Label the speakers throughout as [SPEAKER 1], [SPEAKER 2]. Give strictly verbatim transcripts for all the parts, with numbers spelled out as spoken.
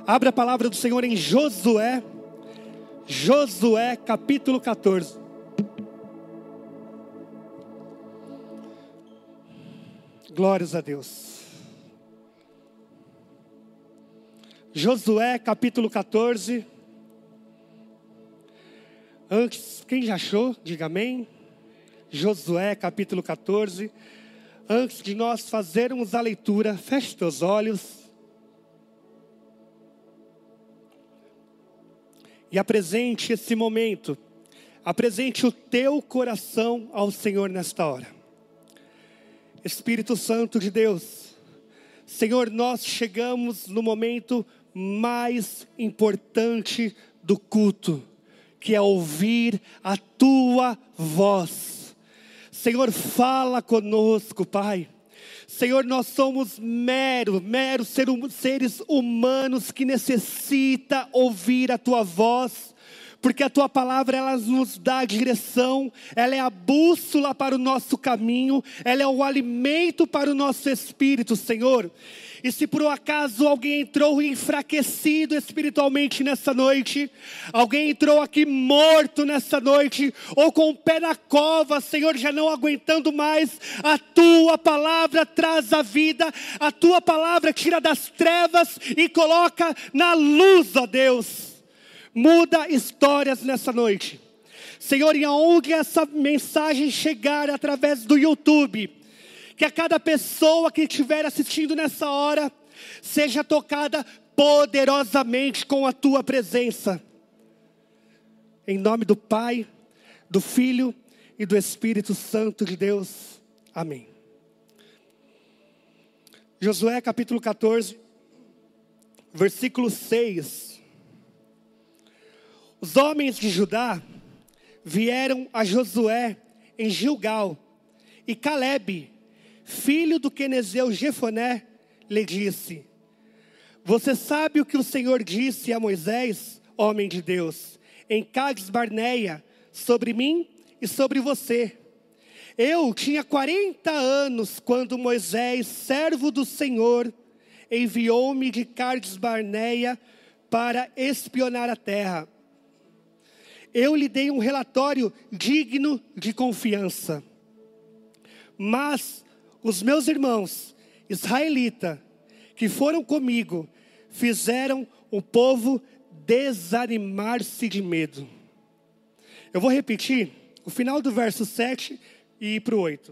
[SPEAKER 1] Abra a palavra do Senhor em Josué, Josué capítulo quatorze. Glórias a Deus. Josué capítulo quatorze. Antes, quem já achou, diga amém. Josué capítulo quatorze. Antes de nós fazermos a leitura, feche teus olhos e apresente esse momento, apresente o teu coração ao Senhor nesta hora. Espírito Santo de Deus, Senhor, nós chegamos no momento mais importante do culto, que é ouvir a tua voz. Senhor, fala conosco, Pai. Senhor, nós somos meros, meros seres humanos que necessita ouvir a tua voz, porque a tua palavra ela nos dá a direção, ela é a bússola para o nosso caminho, ela é o alimento para o nosso espírito, Senhor. E se por um acaso alguém entrou enfraquecido espiritualmente nessa noite, alguém entrou aqui morto nessa noite, ou com o pé na cova, Senhor, já não aguentando mais, a tua palavra traz a vida, a tua palavra tira das trevas e coloca na luz, ó Deus. Muda histórias nessa noite. Senhor, e aonde essa mensagem chegar através do YouTube, que a cada pessoa que estiver assistindo nessa hora, seja tocada poderosamente com a tua presença. Em nome do Pai, do Filho e do Espírito Santo de Deus. Amém. Josué capítulo quatorze, versículo seis. Os homens de Judá vieram a Josué em Gilgal, e Calebe, filho do quenezeu Jefoné, lhe disse: você sabe o que o Senhor disse a Moisés, homem de Deus, em Cades Barneia, sobre mim e sobre você. Eu tinha quarenta anos quando Moisés, servo do Senhor, enviou-me de Cades Barneia para espionar a terra. Eu lhe dei um relatório digno de confiança. Mas os meus irmãos israelitas que foram comigo fizeram o povo desanimar-se de medo. Eu vou repetir o final do verso sete e ir para o oito.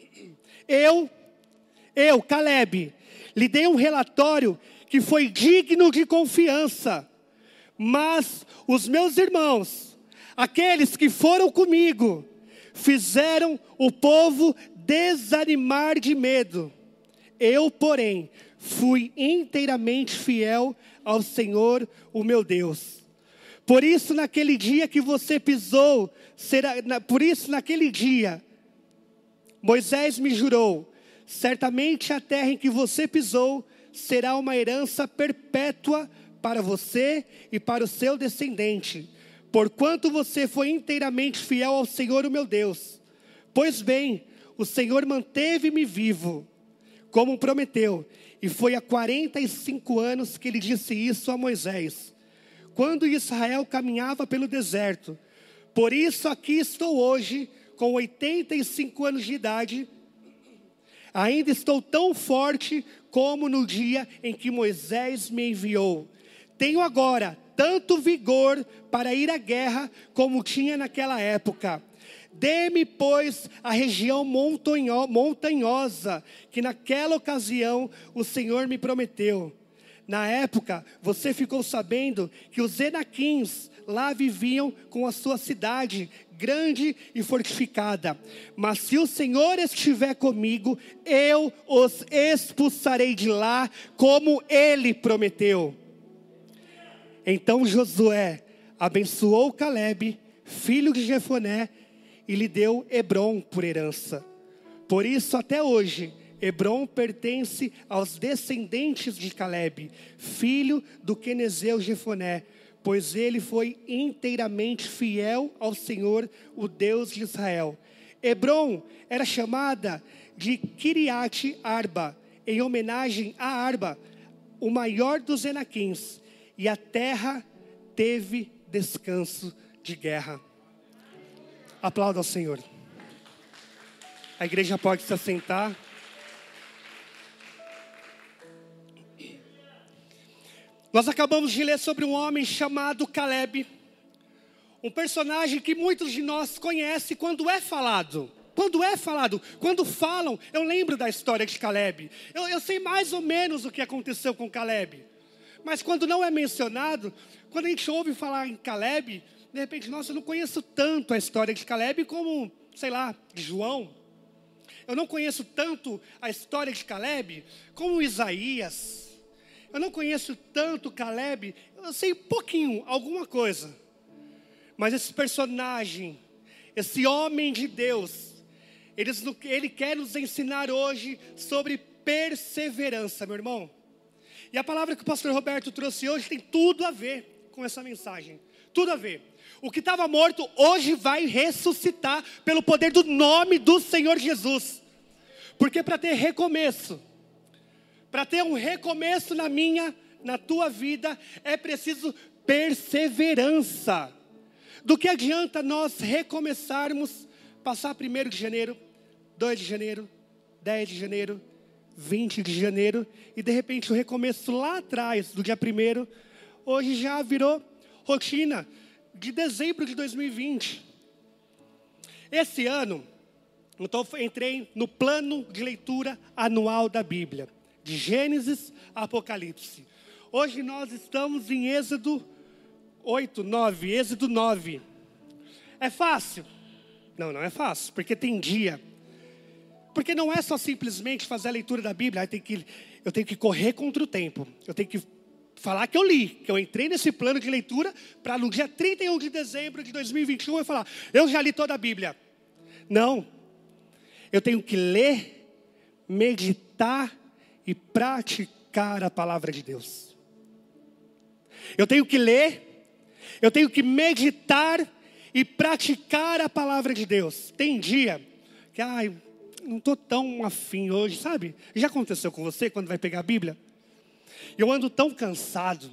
[SPEAKER 1] Eu, eu, Calebe, lhe dei um relatório que foi digno de confiança. Mas os meus irmãos, aqueles que foram comigo, fizeram o povo desanimar de medo. Eu, porém, fui inteiramente fiel ao Senhor, o meu Deus. Por isso, naquele dia que você pisou, será, na, por isso, naquele dia, Moisés me jurou: certamente a terra em que você pisou será uma herança perpétua para você e para o seu descendente, porquanto você foi inteiramente fiel ao Senhor, o meu Deus. Pois bem, o Senhor manteve-me vivo, como prometeu, e foi há quarenta e cinco anos que ele disse isso a Moisés, quando Israel caminhava pelo deserto. Por isso aqui estou hoje, com oitenta e cinco anos de idade, ainda estou tão forte como no dia em que Moisés me enviou. Tenho agora tanto vigor para ir à guerra como tinha naquela época. Dê-me, pois, a região montanho, montanhosa, que naquela ocasião o Senhor me prometeu. Na época, você ficou sabendo que os Enaquins lá viviam com a sua cidade, grande e fortificada. Mas se o Senhor estiver comigo, eu os expulsarei de lá, como Ele prometeu. Então Josué abençoou Calebe, filho de Jefoné, e lhe deu Hebrom por herança. Por isso até hoje, Hebrom pertence aos descendentes de Calebe, filho do quenezeu Jefoné, pois ele foi inteiramente fiel ao Senhor, o Deus de Israel. Hebrom era chamada de Kiriat Arba, em homenagem a Arba, o maior dos Enaquins. e a terra teve descanso de guerra. Aplauda ao Senhor. A igreja pode se assentar. Nós acabamos de ler sobre um homem chamado Caleb. Um personagem que muitos de nós conhecem quando é falado. Quando é falado, quando falam, eu lembro da história de Caleb. Eu, eu sei mais ou menos o que aconteceu com Caleb. Mas quando não é mencionado, quando a gente ouve falar em Caleb, de repente, nossa, eu não conheço tanto a história de Caleb como, sei lá, de João. Eu não conheço tanto a história de Caleb como Isaías. Eu não conheço tanto Caleb, eu sei um pouquinho, alguma coisa. Mas esse personagem, esse homem de Deus, ele, ele quer nos ensinar hoje sobre perseverança, meu irmão. E a palavra que o pastor Roberto trouxe hoje tem tudo a ver com essa mensagem. Tudo a ver. O que estava morto hoje vai ressuscitar pelo poder do nome do Senhor Jesus. Porque para ter recomeço, para ter um recomeço na minha, na tua vida, é preciso perseverança. Do que adianta nós recomeçarmos, passar primeiro de janeiro, dois de janeiro, dez de janeiro, vinte de janeiro, e de repente o recomeço lá atrás, do dia primeiro, hoje já virou rotina de dezembro de dois mil e vinte. Esse ano, então, entrei no plano de leitura anual da Bíblia, de Gênesis a Apocalipse. Hoje nós estamos em Êxodo oito, nove, Êxodo nove. É fácil? Não, não é fácil, porque tem dia. Porque não é só simplesmente fazer a leitura da Bíblia, eu tenho que, eu tenho que correr contra o tempo. Eu tenho que falar que eu li, que eu entrei nesse plano de leitura, para no dia trinta e um de dezembro de dois mil e vinte e um eu falar, eu já li toda a Bíblia. Não. Eu tenho que ler, meditar e praticar a palavra de Deus. Eu tenho que ler, eu tenho que meditar e praticar a palavra de Deus. Tem dia que, ai, não estou tão afim hoje, sabe? Já aconteceu com você quando vai pegar a Bíblia? Eu ando tão cansado.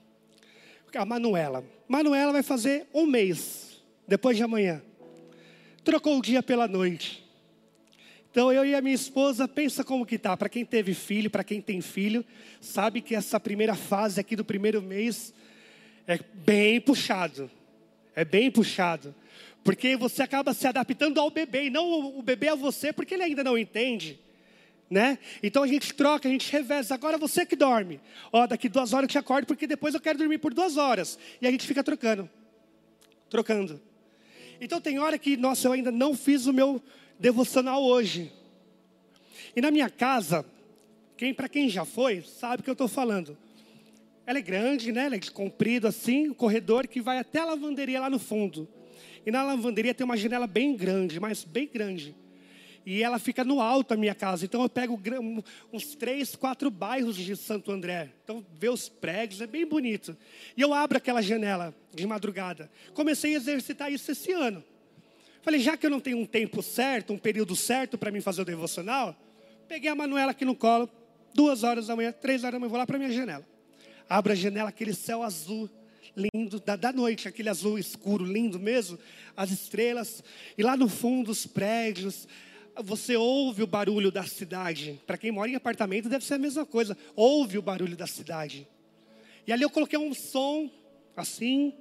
[SPEAKER 1] A Manuela, Manuela vai fazer um mês, depois de amanhã. Trocou o dia pela noite. Então eu e a minha esposa, pensa como que tá. Para quem teve filho, para quem tem filho, sabe que essa primeira fase aqui do primeiro mês é bem puxado. É bem puxado. Porque você acaba se adaptando ao bebê, e não o bebê a você, porque ele ainda não entende. Né? Então a gente troca, a gente reveza. Agora você que dorme. Ó, daqui duas horas eu te acordo, porque depois eu quero dormir por duas horas. E a gente fica trocando. Trocando. Então tem hora que, nossa, eu ainda não fiz o meu devocional hoje. E na minha casa, quem, para quem já foi, sabe o que eu estou falando. Ela é grande, né? Ela é comprido assim, o corredor que vai até a lavanderia lá no fundo. E na lavanderia tem uma janela bem grande, mas bem grande. E ela fica no alto a minha casa. Então eu pego uns três, quatro bairros de Santo André. Então ver os prédios é bem bonito. E eu abro aquela janela de madrugada. Comecei a exercitar isso esse ano. Falei, já que eu não tenho um tempo certo, um período certo para mim fazer o devocional, peguei a Manuela aqui no colo, duas horas da manhã, três horas da manhã, vou lá para a minha janela. Abro a janela, aquele céu azul lindo, da, da noite, aquele azul escuro, lindo mesmo, as estrelas, e lá no fundo os prédios, você ouve o barulho da cidade. Para quem mora em apartamento deve ser a mesma coisa, ouve o barulho da cidade. E ali eu coloquei um som, assim,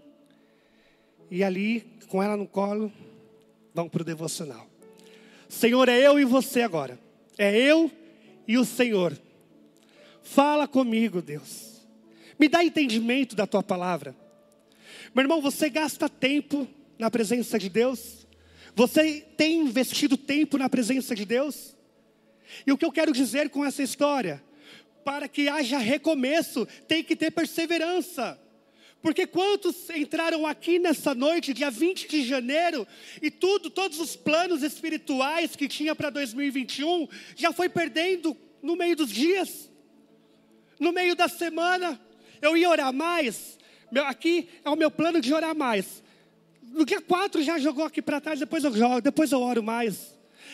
[SPEAKER 1] e ali, com ela no colo, vamos para o devocional. Senhor, é eu e você agora. É eu e o Senhor. Fala comigo, Deus. Me dá entendimento da tua palavra. Meu irmão, você gasta tempo na presença de Deus? Você tem investido tempo na presença de Deus? E o que eu quero dizer com essa história? Para que haja recomeço, tem que ter perseverança. Porque quantos entraram aqui nessa noite, dia vinte de janeiro, e tudo, todos os planos espirituais que tinha para dois mil e vinte e um, já foi perdendo no meio dos dias, no meio da semana. Eu ia orar mais, meu, aqui é o meu plano de orar mais. No dia quatro já jogou aqui para trás, depois eu jogo, depois eu oro mais.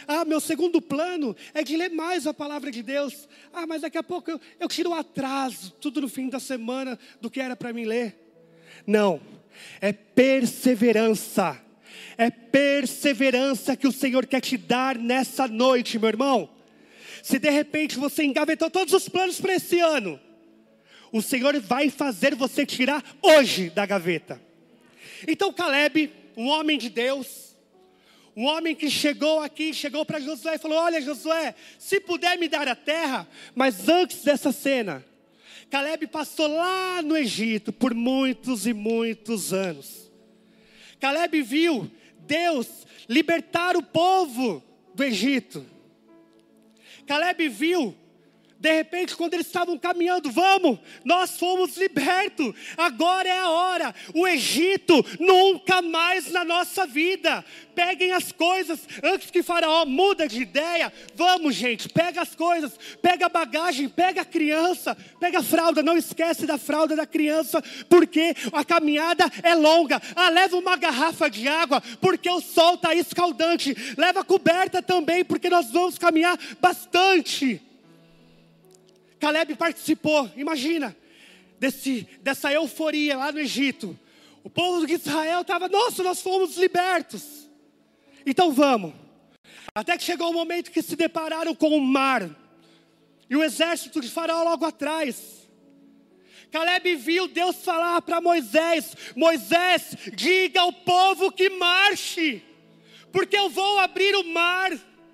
[SPEAKER 1] Ah, meu segundo plano é de ler mais a palavra de Deus. Ah, mas daqui a pouco eu, eu tiro o atraso, tudo no fim da semana, do que era para mim ler. Não, é perseverança. É perseverança que o Senhor quer te dar nessa noite, meu irmão. Se de repente você engavetou todos os planos para esse ano, o Senhor vai fazer você tirar hoje da gaveta. Então Caleb, um homem de Deus, um homem que chegou aqui, chegou para Josué e falou: olha Josué, se puder me dar a terra. Mas antes dessa cena, Caleb passou lá no Egito por muitos e muitos anos. Caleb viu Deus libertar o povo do Egito. Caleb viu, de repente, quando eles estavam caminhando: vamos, nós fomos libertos, agora é a hora. O Egito nunca mais na nossa vida. Peguem as coisas, antes que Faraó muda de ideia. Vamos, gente, pega as coisas, pega a bagagem, pega a criança, pega a fralda, não esquece da fralda da criança, porque a caminhada é longa. Ah, leva uma garrafa de água, porque o sol está escaldante. Leva coberta também, porque nós vamos caminhar bastante. Caleb participou, imagina, desse, dessa euforia lá no Egito. O povo de Israel estava: nossa, nós fomos libertos. Então vamos. Até que chegou o momento que se depararam com o mar. E o exército de Faraó logo atrás. Caleb viu Deus falar para Moisés: Moisés, diga ao povo que marche, porque eu vou abrir o mar.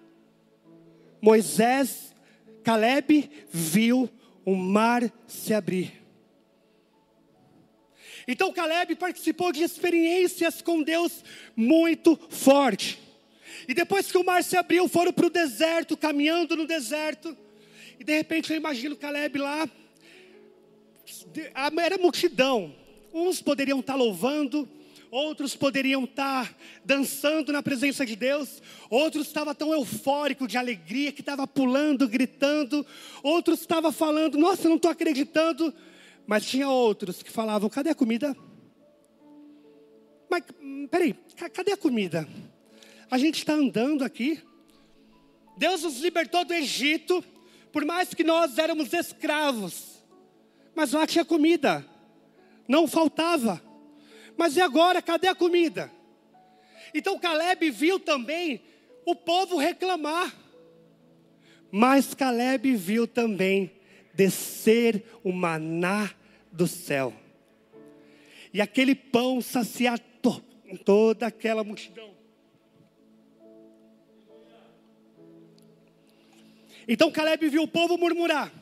[SPEAKER 1] Moisés, Caleb viu o mar se abrir. Então Caleb participou de experiências com Deus muito forte. E depois que o mar se abriu, foram para o deserto, caminhando no deserto. E de repente eu imagino Caleb lá, era multidão. Uns poderiam estar louvando, outros poderiam estar dançando na presença de Deus. Outros estavam tão eufóricos de alegria que estavam pulando, gritando. Outros estavam falando: nossa, eu não estou acreditando. Mas tinha outros que falavam: cadê a comida? Mas, peraí, cadê a comida? A gente está andando aqui. Deus nos libertou do Egito, por mais que nós éramos escravos. Mas lá tinha comida, não faltava. Mas e agora, cadê a comida? Então Caleb viu também o povo reclamar. Mas Caleb viu também descer o maná do céu. E aquele pão saciar to- toda aquela multidão. Então Caleb viu o povo murmurar.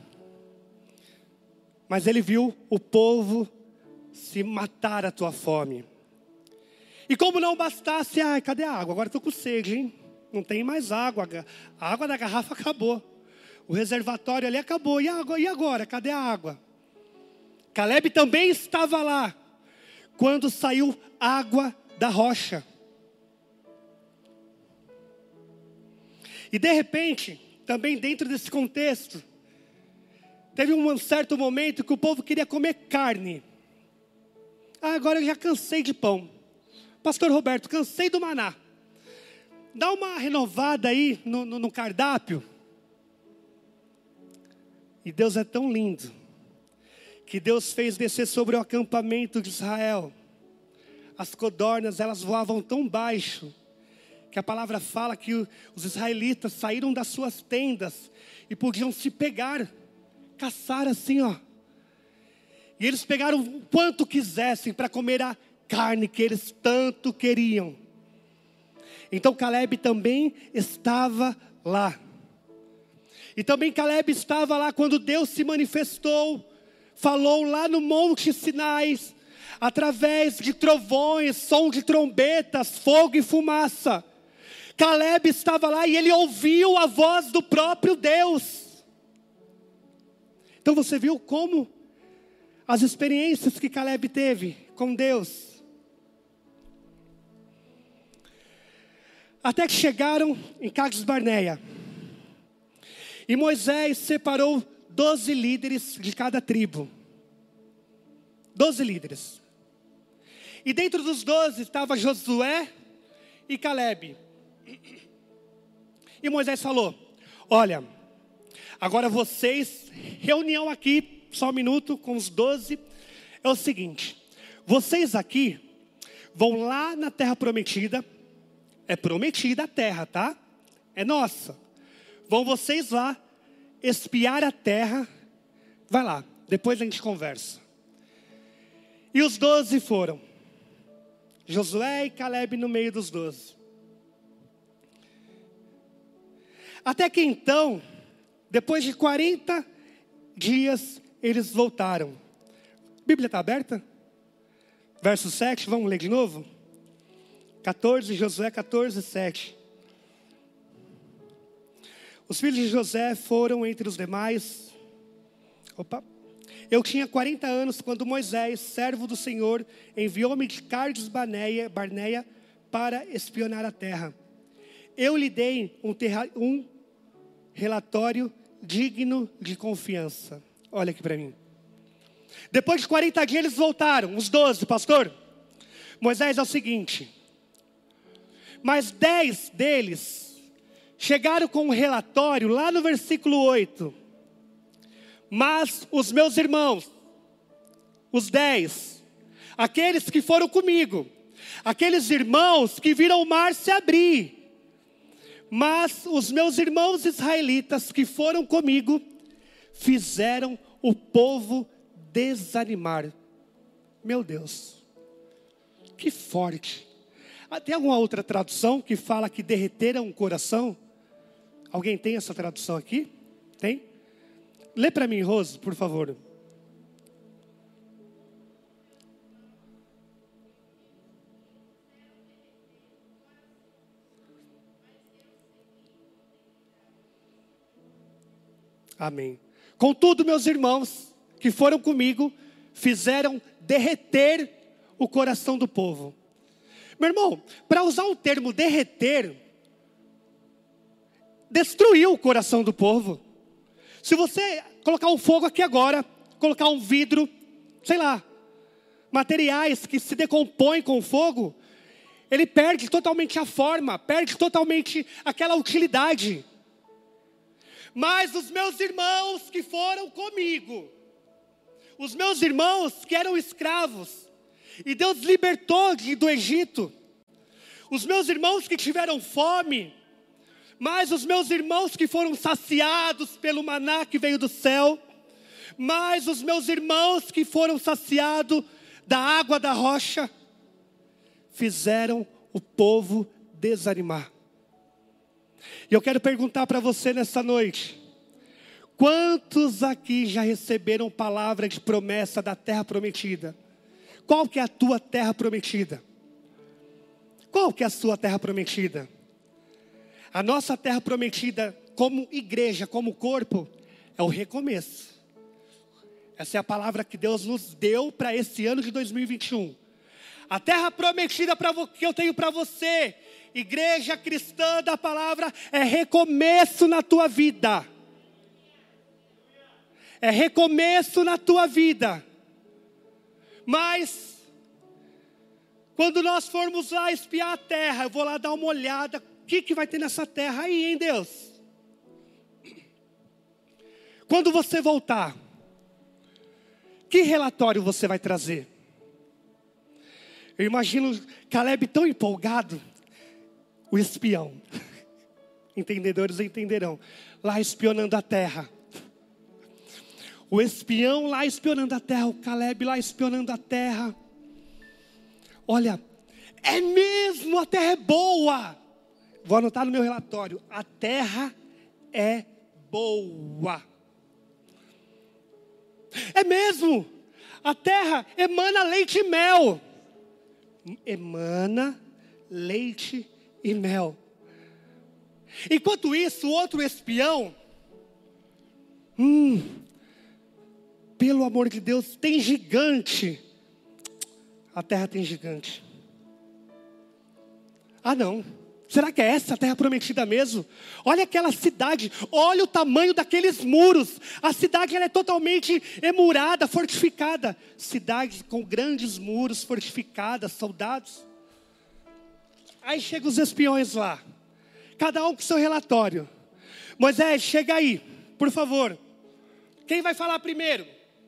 [SPEAKER 1] Mas ele viu o povo se matar a tua fome. E como não bastasse: ai, cadê a água? Agora estou com sede, hein? Não tem mais água. A água da garrafa acabou. O reservatório ali acabou. E agora? E agora? Cadê a água? Caleb também estava lá quando saiu água da rocha. E de repente, também dentro desse contexto, teve um certo momento que o povo queria comer carne. Ah, agora eu já cansei de pão. Pastor Roberto, cansei do maná. Dá uma renovada aí no, no, no cardápio. E Deus é tão lindo, que Deus fez descer sobre o acampamento de Israel. As codornas, elas voavam tão baixo, que a palavra fala que os israelitas saíram das suas tendas e podiam se pegar, caçar assim, ó. E eles pegaram o quanto quisessem para comer a carne que eles tanto queriam. Então Caleb também estava lá. E também Caleb estava lá quando Deus se manifestou, falou lá no Monte Sinai, através de trovões, som de trombetas, fogo e fumaça. Caleb estava lá e ele ouviu a voz do próprio Deus. Então você viu como as experiências que Caleb teve com Deus. Até que chegaram em Cades Barneia. E Moisés separou doze líderes de cada tribo. Doze líderes. E dentro dos doze estava Josué e Caleb. E Moisés falou: olha, agora vocês, reunião aqui, só um minuto, com os doze, é o seguinte: vocês aqui vão lá na terra prometida, é prometida a terra, tá? É nossa. Vão vocês lá, espiar a terra, vai lá, depois a gente conversa. E os doze foram, Josué e Calebe no meio dos doze. Até que então, depois de quarenta dias, eles voltaram. A Bíblia está aberta? Verso sete, vamos ler de novo? quatorze, Josué quatorze, sete. Os filhos de José foram entre os demais. Opa. Eu tinha quarenta anos quando Moisés, servo do Senhor, enviou-me de Cardes Barneia, Barneia para espionar a terra. Eu lhe dei um, terra, um relatório digno de confiança. Olha aqui para mim. Depois de quarenta dias eles voltaram, os doze, pastor. Moisés é o seguinte: mas dez deles chegaram com um relatório lá no versículo oito. Mas os meus irmãos, os dez, aqueles que foram comigo, aqueles irmãos que viram o mar se abrir, mas os meus irmãos israelitas que foram comigo, fizeram o povo desanimar. Meu Deus, que forte. Tem alguma outra tradução que fala que derreteram o coração? Alguém tem essa tradução aqui? Tem? Lê para mim, Rose, por favor. Amém. Contudo, meus irmãos que foram comigo, fizeram derreter o coração do povo. Meu irmão, para usar o termo derreter, destruiu o coração do povo. Se você colocar um fogo aqui agora, colocar um vidro, sei lá, materiais que se decompõem com o fogo, ele perde totalmente a forma, perde totalmente aquela utilidade. Mas os meus irmãos que foram comigo, os meus irmãos que eram escravos, e Deus libertou do Egito, os meus irmãos que tiveram fome, mas os meus irmãos que foram saciados pelo maná que veio do céu, mas os meus irmãos que foram saciados da água da rocha, fizeram o povo desanimar. E eu quero perguntar para você nessa noite: quantos aqui já receberam palavra de promessa da terra prometida? Qual que é a tua terra prometida? Qual que é a sua terra prometida? A nossa terra prometida como igreja, como corpo, é o recomeço. Essa é a palavra que Deus nos deu para esse ano de dois mil e vinte e um. A terra prometida pra, que eu tenho para você, igreja cristã da palavra, é recomeço na tua vida. É recomeço na tua vida. Mas, quando nós formos lá espiar a terra, eu vou lá dar uma olhada, o que, que vai ter nessa terra aí, hein, Deus? Quando você voltar, que relatório você vai trazer? Eu imagino Calebe tão empolgado, o espião, entendedores entenderão, lá espionando a terra. O espião lá espionando a terra, o Calebe lá espionando a terra. Olha, é mesmo, a terra é boa. Vou anotar no meu relatório, a terra é boa. É mesmo, a terra emana leite e mel. Emana leite e mel. Enquanto isso, o outro espião, hum, pelo amor de Deus, tem gigante. A terra tem gigante. Ah não, será que é essa a terra prometida mesmo? Olha aquela cidade, olha o tamanho daqueles muros. A cidade ela é totalmente emurada, fortificada. Cidade com grandes muros, fortificadas, soldados. Aí chegam os espiões lá. cada um com seu relatório. Moisés, chega aí, por favor. Quem vai falar primeiro?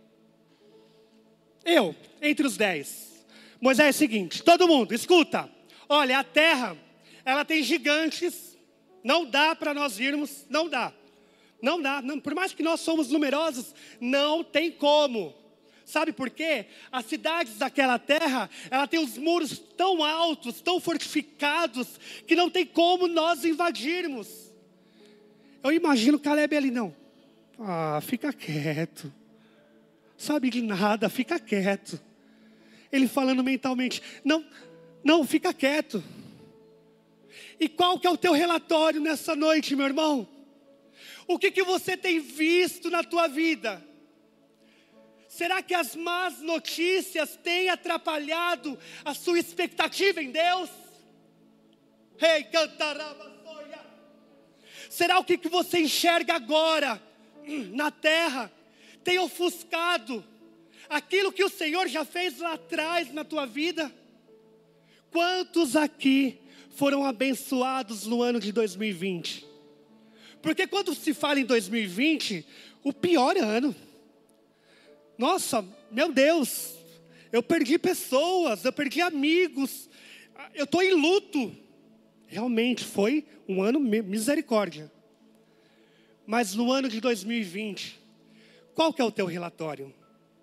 [SPEAKER 1] Eu, entre os dez. Moisés, é o seguinte, todo mundo, escuta. Olha, a terra, ela tem gigantes. Não dá para nós irmos, não dá. Não dá, não, por mais que nós somos numerosos, não tem como. Sabe por quê? As cidades daquela terra, ela tem os muros tão altos, tão fortificados, que não tem como nós invadirmos. Eu imagino Caleb ali, não. Ah, fica quieto. Sabe de nada, fica quieto. Ele falando mentalmente, não, não, fica quieto. E qual que é o teu relatório nessa noite, meu irmão? O que que você tem visto na tua vida? Será que as más notícias têm atrapalhado a sua expectativa em Deus? Ei, cantarabassoia. Será o que que você enxerga agora na terra tem ofuscado aquilo que o Senhor já fez lá atrás na tua vida? Quantos aqui foram abençoados no ano de dois mil e vinte? Porque quando se fala em dois mil e vinte, o pior ano. Nossa, meu Deus, eu perdi pessoas, eu perdi amigos, eu estou em luto. Realmente foi um ano misericórdia. Mas no ano de dois mil e vinte, qual que é o teu relatório?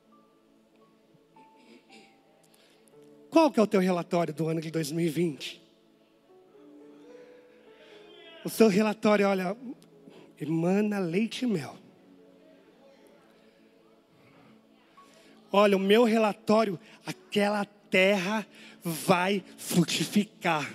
[SPEAKER 1] Qual que é o teu relatório do ano de dois mil e vinte? O seu relatório, olha, emana leite e mel. Olha, o meu relatório, aquela terra vai frutificar.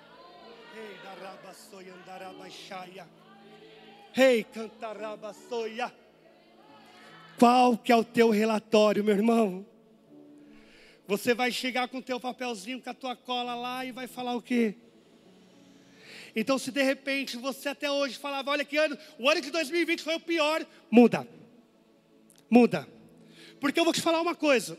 [SPEAKER 1] Ei, cantarabassoia. Qual que é o teu relatório, meu irmão? Você vai chegar com o teu papelzinho, com a tua cola lá e vai falar o quê? Então, se de repente você até hoje falava, olha que ano, o ano de dois mil e vinte foi o pior, muda. Muda. Porque eu vou te falar uma coisa.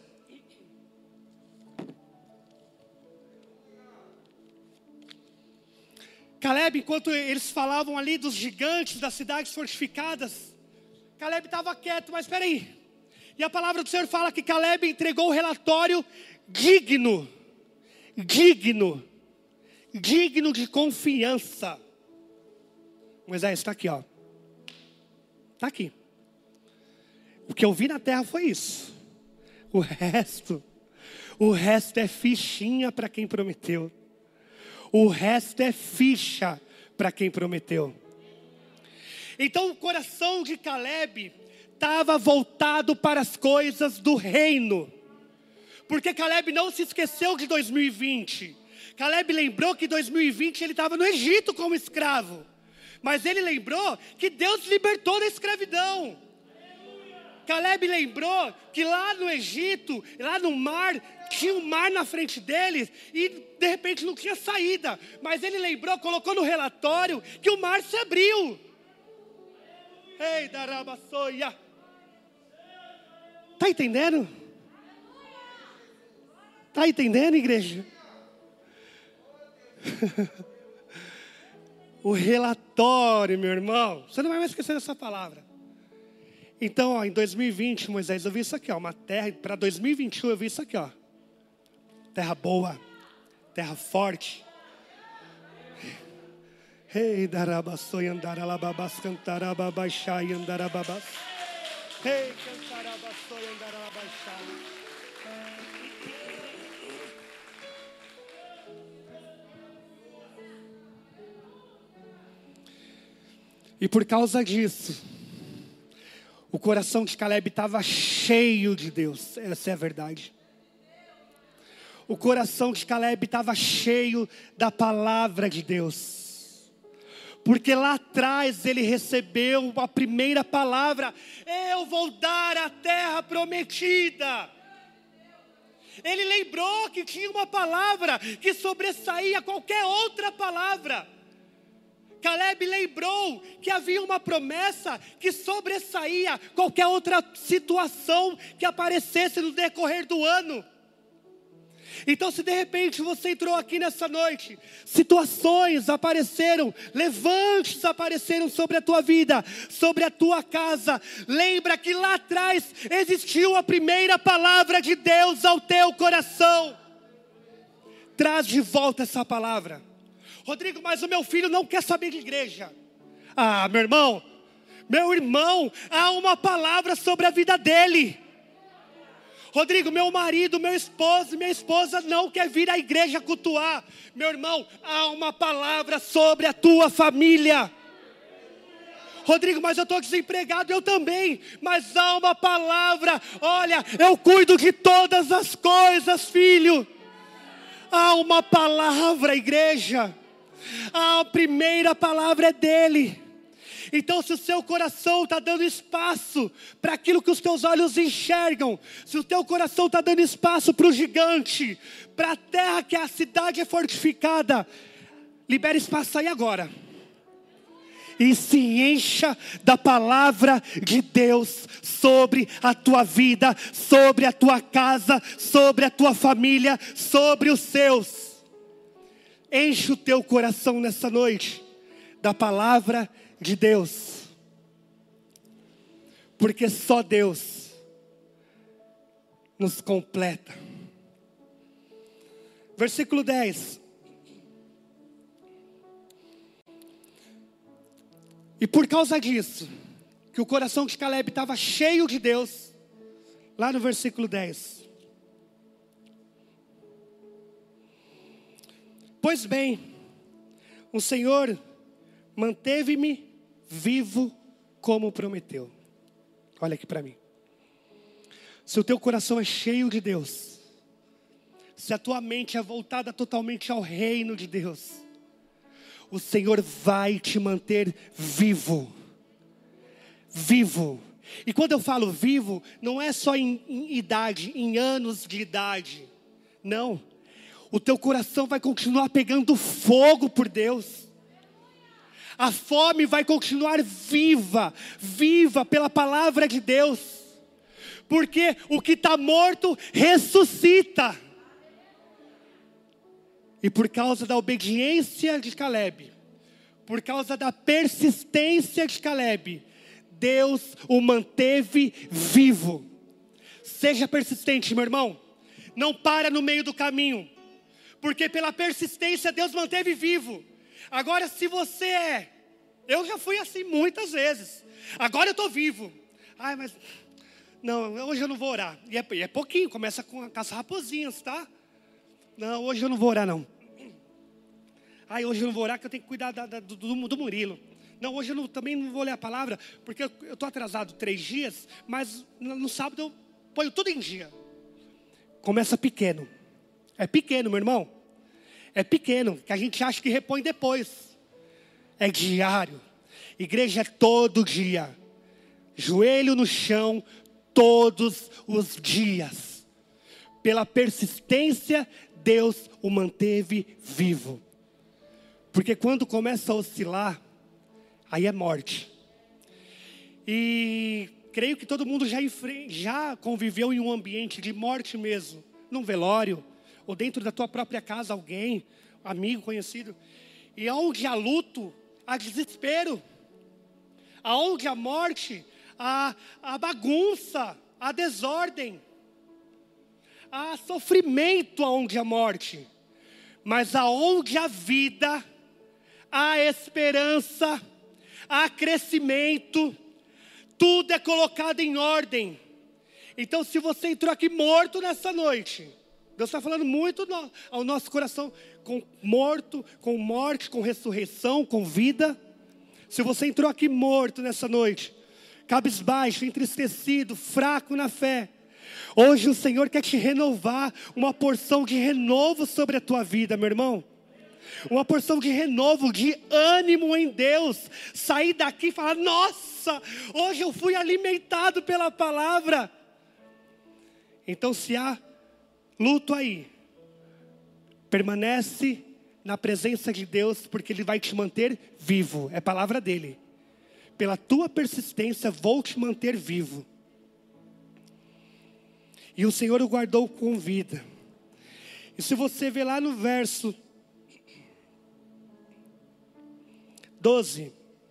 [SPEAKER 1] Caleb, enquanto eles falavam ali dos gigantes, das cidades fortificadas, Caleb estava quieto, mas espera aí. E a palavra do Senhor fala que Caleb entregou o relatório digno, digno, digno de confiança. Moisés, está aqui, ó. Está aqui. O que eu vi na terra foi isso. O resto, o resto é fichinha para quem prometeu. O resto é ficha para quem prometeu. Então o coração de Caleb estava voltado para as coisas do reino. Porque Caleb não se esqueceu de dois mil e vinte. Caleb lembrou que em dois mil e vinte ele estava no Egito como escravo. Mas ele lembrou que Deus libertou da escravidão. Caleb lembrou que lá no Egito, lá no mar, tinha um mar na frente deles e de repente não tinha saída. Mas ele lembrou, colocou no relatório que o mar se abriu. Ei, darabassoia. Está entendendo? Está entendendo, igreja? O relatório, meu irmão. Você não vai mais esquecer dessa palavra. Então, ó, em dois mil e vinte, Moisés, eu vi isso aqui, ó, uma terra, para dois mil e vinte e um eu vi isso aqui, ó. Terra boa, terra forte. Ei, darabasoi, andaralababas, cantarababaixai, andarababas. Ei, cantarabassoi, andarabaixai. E por causa disso, o coração de Caleb estava cheio de Deus, essa é a verdade. O coração de Caleb estava cheio da palavra de Deus. Porque lá atrás ele recebeu a primeira palavra, eu vou dar a terra prometida. Ele lembrou que tinha uma palavra que sobressaía qualquer outra palavra. Caleb lembrou que havia uma promessa que sobressaía qualquer outra situação que aparecesse no decorrer do ano. Então, se de repente você entrou aqui nessa noite, situações apareceram, levantes apareceram sobre a tua vida, sobre a tua casa. Lembra que lá atrás existiu a primeira palavra de Deus ao teu coração. Traz de volta essa palavra. Rodrigo, mas o meu filho não quer saber de igreja. Ah, meu irmão, meu irmão, há uma palavra sobre a vida dele. Rodrigo, meu marido, meu esposo, minha esposa não quer vir à igreja cultuar. Meu irmão, há uma palavra sobre a tua família. Rodrigo, mas eu estou desempregado, eu também. Mas há uma palavra, olha, eu cuido de todas as coisas, filho. Há uma palavra, igreja. A primeira palavra é dele. Então, se o seu coração está dando espaço para aquilo que os teus olhos enxergam, se o teu coração está dando espaço para o gigante, para a terra que a cidade é fortificada, libere espaço aí agora. E se encha da palavra de Deus sobre a tua vida, sobre a tua casa, sobre a tua família, sobre os seus. Enche o teu coração nessa noite da palavra de Deus, porque só Deus nos completa. Versículo dez. E por causa disso, que o coração de Caleb estava cheio de Deus, lá no versículo dez. Pois bem, o Senhor manteve-me vivo como prometeu. Olha aqui para mim. Se o teu coração é cheio de Deus, se a tua mente é voltada totalmente ao reino de Deus, o Senhor vai te manter vivo. Vivo. E quando eu falo vivo, não é só em, em idade, em anos de idade. Não. O teu coração vai continuar pegando fogo por Deus. A fome vai continuar viva, viva pela palavra de Deus. Porque o que está morto ressuscita. E por causa da obediência de Caleb, por causa da persistência de Caleb, Deus o manteve vivo. Seja persistente, meu irmão. Não para no meio do caminho. Porque pela persistência Deus manteve vivo. Agora se você é, eu já fui assim muitas vezes. Agora eu estou vivo. Ai, mas não, hoje eu não vou orar. E é, é pouquinho, começa com, com as raposinhas, tá? Não, hoje eu não vou orar não. Ai, hoje eu não vou orar que eu tenho que cuidar da, da, do, do Murilo. Não, hoje eu não, também não vou ler a palavra, porque eu estou atrasado três dias, mas no, no sábado eu ponho tudo em dia. Começa pequeno. É pequeno, meu irmão. É pequeno, que a gente acha que repõe depois. É diário. Igreja é todo dia. Joelho no chão, todos os dias. Pela persistência, Deus o manteve vivo. Porque quando começa a oscilar, aí é morte. E creio que todo mundo já, já conviveu em um ambiente de morte mesmo. Num velório, ou dentro da tua própria casa, alguém, amigo, conhecido. E onde há luto, há desespero. Aonde há morte, há, há bagunça, há desordem. Há sofrimento aonde há morte. Mas aonde há vida, há esperança, há crescimento. Tudo é colocado em ordem. Então se você entrou aqui morto nessa noite, Deus está falando muito no, ao nosso coração, com morto, com morte, com ressurreição, com vida. Se você entrou aqui morto nessa noite, cabisbaixo, entristecido, fraco na fé, hoje o Senhor quer te renovar, uma porção de renovo sobre a tua vida, meu irmão. Uma porção de renovo, de ânimo em Deus. Sair daqui e falar, nossa, hoje eu fui alimentado pela palavra. Então se há luto aí, permanece na presença de Deus, porque Ele vai te manter vivo. É palavra dEle. Pela tua persistência vou te manter vivo. E o Senhor o guardou com vida. E se você ver lá no verso doze,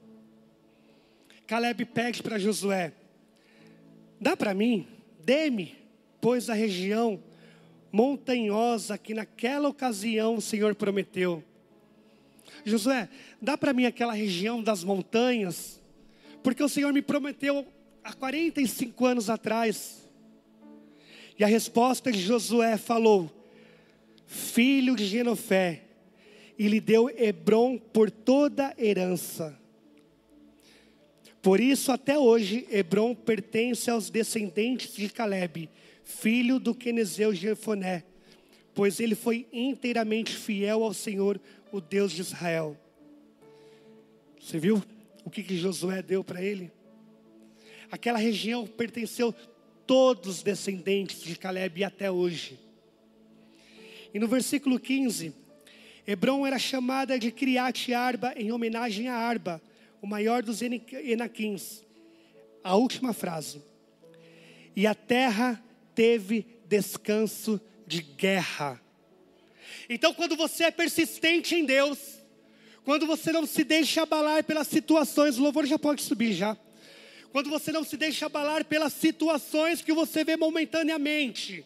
[SPEAKER 1] Caleb pede para Josué: dá para mim, dê-me, pois a região montanhosa que naquela ocasião o Senhor prometeu. Josué, dá para mim aquela região das montanhas, porque o Senhor me prometeu há quarenta e cinco anos atrás. E a resposta de Josué falou: filho de Genofé, e lhe deu Hebrom por toda herança. Por isso até hoje Hebrom pertence aos descendentes de Caleb, filho do quenezeu Jefoné, pois ele foi inteiramente fiel ao Senhor, o Deus de Israel. Você viu o que, que Josué deu para ele? Aquela região pertenceu todos os descendentes de Caleb até hoje. E no versículo quinze, Hebrom era chamada de Criate Arba em homenagem a Arba, o maior dos Enaquins. A última frase: e a terra teve descanso de guerra. Então, quando você é persistente em Deus, quando você não se deixa abalar pelas situações, o louvor já pode subir já. Quando você não se deixa abalar pelas situações que você vê momentaneamente,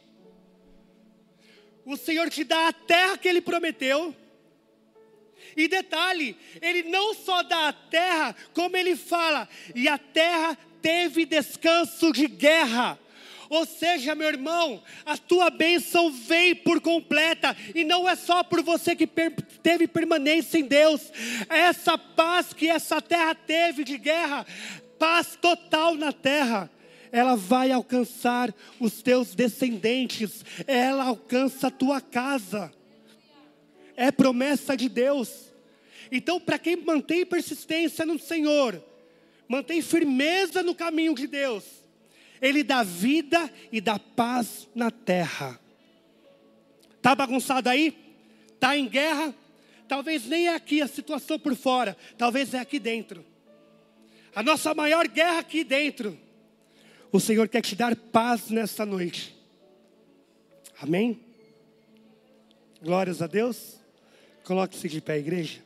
[SPEAKER 1] o Senhor te dá a terra que Ele prometeu. E detalhe, Ele não só dá a terra, como Ele fala: e a terra teve descanso de guerra. Ou seja, meu irmão, a tua bênção veio por completa, e não é só por você que per- teve permanência em Deus. Essa paz que essa terra teve de guerra, paz total na terra, ela vai alcançar os teus descendentes, ela alcança a tua casa. É promessa de Deus. Então, para quem mantém persistência no Senhor, mantém firmeza no caminho de Deus, Ele dá vida e dá paz na terra. Está bagunçado aí? Está em guerra? Talvez nem é aqui a situação por fora, talvez é aqui dentro. A nossa maior guerra aqui dentro. O Senhor quer te dar paz nessa noite. Amém? Glórias a Deus. Coloque-se de pé, igreja.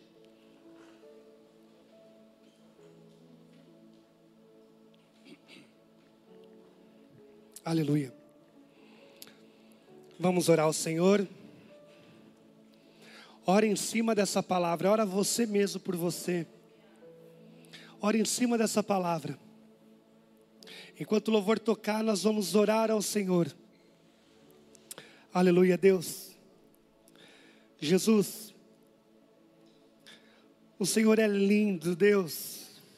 [SPEAKER 1] Aleluia. Vamos orar ao Senhor. Ora em cima dessa palavra. Ora você mesmo por você. Ora em cima dessa palavra. Enquanto o louvor tocar, nós vamos orar ao Senhor. Aleluia, Deus. Jesus, o Senhor é lindo, Deus.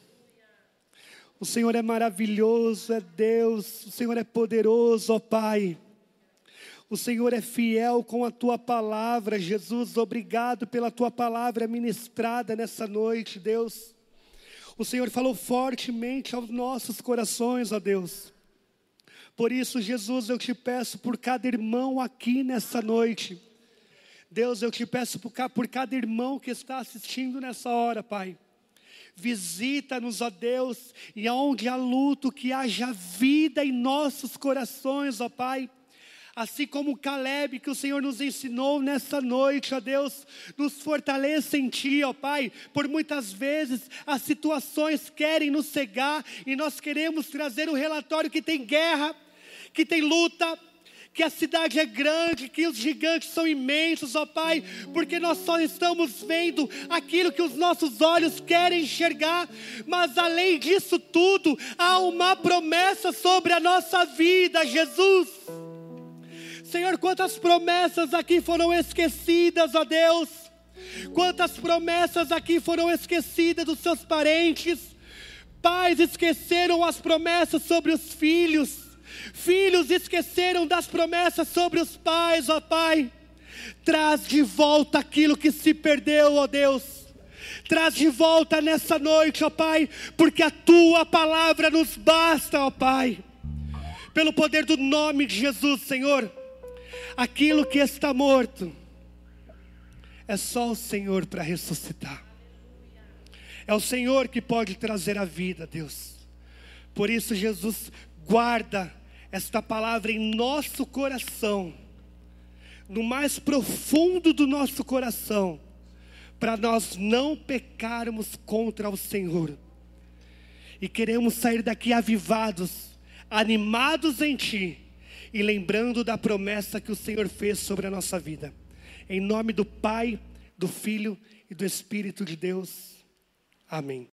[SPEAKER 1] O Senhor é maravilhoso, é Deus. O Senhor é poderoso, ó Pai. O Senhor é fiel com a Tua palavra, Jesus. Obrigado pela Tua palavra ministrada nessa noite, Deus. O Senhor falou fortemente aos nossos corações, ó Deus. Por isso, Jesus, eu te peço por cada irmão aqui nessa noite. Deus, eu te peço por cada irmão que está assistindo nessa hora, Pai. Visita-nos, ó Deus, e aonde há luto, que haja vida em nossos corações, ó Pai. Assim como Caleb, que o Senhor nos ensinou nessa noite, ó Deus, nos fortaleça em Ti, ó Pai. Por muitas vezes as situações querem nos cegar, e nós queremos trazer um relatório que tem guerra, que tem luta, que a cidade é grande, que os gigantes são imensos, ó Pai, porque nós só estamos vendo aquilo que os nossos olhos querem enxergar, mas além disso tudo, há uma promessa sobre a nossa vida, Jesus. Senhor, quantas promessas aqui foram esquecidas, ó Deus, quantas promessas aqui foram esquecidas dos seus parentes, pais esqueceram as promessas sobre os filhos, filhos esqueceram das promessas sobre os pais, ó Pai. Traz de volta aquilo que se perdeu, ó Deus. Traz de volta nessa noite, ó Pai, porque a Tua palavra nos basta, ó Pai. Pelo poder do nome de Jesus, Senhor, aquilo que está morto, é só o Senhor para ressuscitar. É o Senhor que pode trazer a vida, Deus. Por isso, Jesus, guarda esta palavra em nosso coração. no mais profundo do nosso coração, para nós não pecarmos contra o Senhor. E queremos sair daqui avivados, animados em Ti, e lembrando da promessa que o Senhor fez sobre a nossa vida. Em nome do Pai, do Filho e do Espírito de Deus. Amém.